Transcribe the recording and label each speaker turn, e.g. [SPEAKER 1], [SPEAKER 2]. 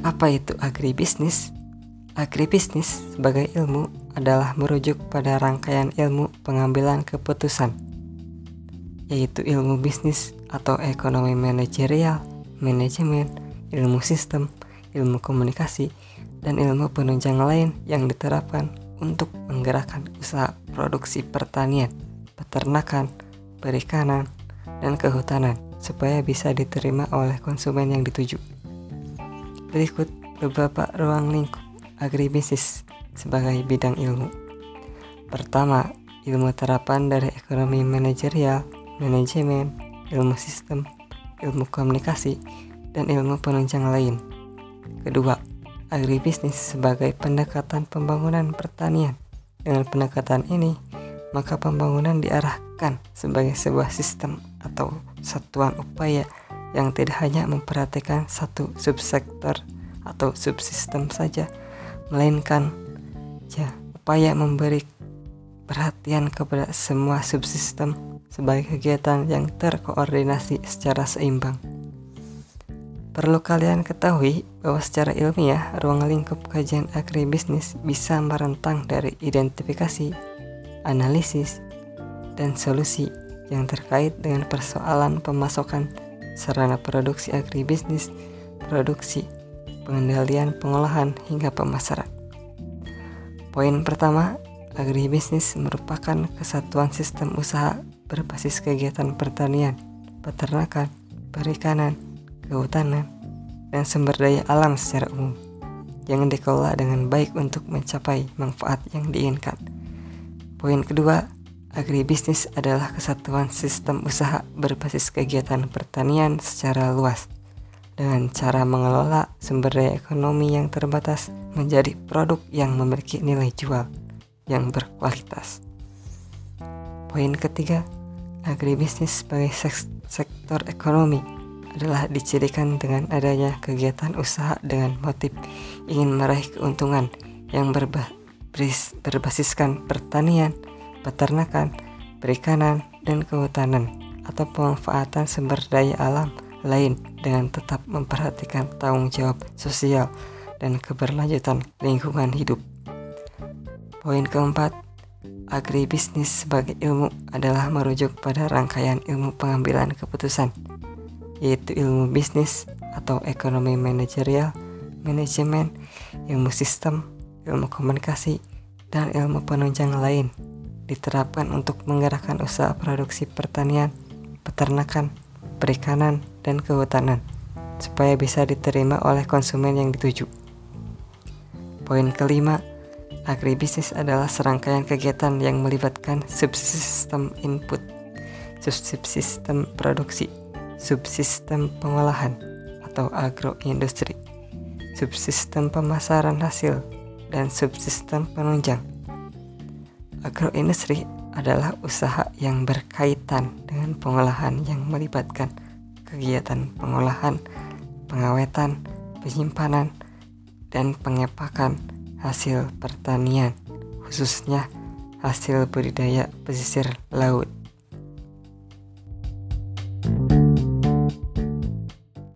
[SPEAKER 1] Apa itu agribisnis? Agribisnis sebagai ilmu adalah merujuk pada rangkaian ilmu pengambilan keputusan, yaitu ilmu bisnis atau ekonomi manajerial, manajemen, ilmu sistem, ilmu komunikasi, dan ilmu penunjang lain yang diterapkan untuk menggerakkan usaha produksi pertanian, peternakan, perikanan, dan kehutanan supaya bisa diterima oleh konsumen yang dituju. Berikut beberapa ruang lingkup agribisnis sebagai bidang ilmu. Pertama, ilmu terapan dari ekonomi manajerial, manajemen, ilmu sistem, ilmu komunikasi, dan ilmu penunjang lain. Kedua, agribisnis sebagai pendekatan pembangunan pertanian. Dengan pendekatan ini, maka pembangunan diarahkan sebagai sebuah sistem atau satuan upaya yang tidak hanya memperhatikan satu subsektor atau subsistem saja, melainkan upaya memberi perhatian kepada semua subsistem sebagai kegiatan yang terkoordinasi secara seimbang. Perlu kalian ketahui bahwa secara ilmiah, ruang lingkup kajian agribisnis bisa merentang dari identifikasi, analisis, dan solusi yang terkait dengan persoalan pemasokan sarana produksi agribisnis, produksi, pengendalian pengolahan, hingga pemasaran. Poin pertama, agribisnis merupakan kesatuan sistem usaha berbasis kegiatan pertanian, peternakan, perikanan, kehutanan, dan sumber daya alam secara umum yang dikelola dengan baik untuk mencapai manfaat yang diinginkan. Poin kedua, agribisnis adalah kesatuan sistem usaha berbasis kegiatan pertanian secara luas dengan cara mengelola sumber daya ekonomi yang terbatas menjadi produk yang memiliki nilai jual yang berkualitas. Poin ketiga, agribisnis sebagai sektor ekonomi adalah dicirikan dengan adanya kegiatan usaha dengan motif ingin meraih keuntungan yang berbasiskan pertanian, peternakan, perikanan, dan kehutanan atau pemanfaatan sumber daya alam lain dengan tetap memperhatikan tanggung jawab sosial dan keberlanjutan lingkungan hidup. Poin keempat, agribisnis sebagai ilmu adalah merujuk pada rangkaian ilmu pengambilan keputusan, yaitu ilmu bisnis atau ekonomi manajerial, manajemen, ilmu sistem, ilmu komunikasi, dan ilmu penunjang lain diterapkan untuk menggerakkan usaha produksi pertanian, peternakan, perikanan, dan kehutanan supaya bisa diterima oleh konsumen yang dituju. Poin kelima, agribisnis adalah serangkaian kegiatan yang melibatkan subsistem input, subsistem produksi, subsistem pengolahan atau agroindustri, subsistem pemasaran hasil, dan subsistem penunjang. Agroindustri adalah usaha yang berkaitan dengan pengolahan yang melibatkan kegiatan pengolahan, pengawetan, penyimpanan, dan pengepakan hasil pertanian, khususnya hasil budidaya pesisir laut.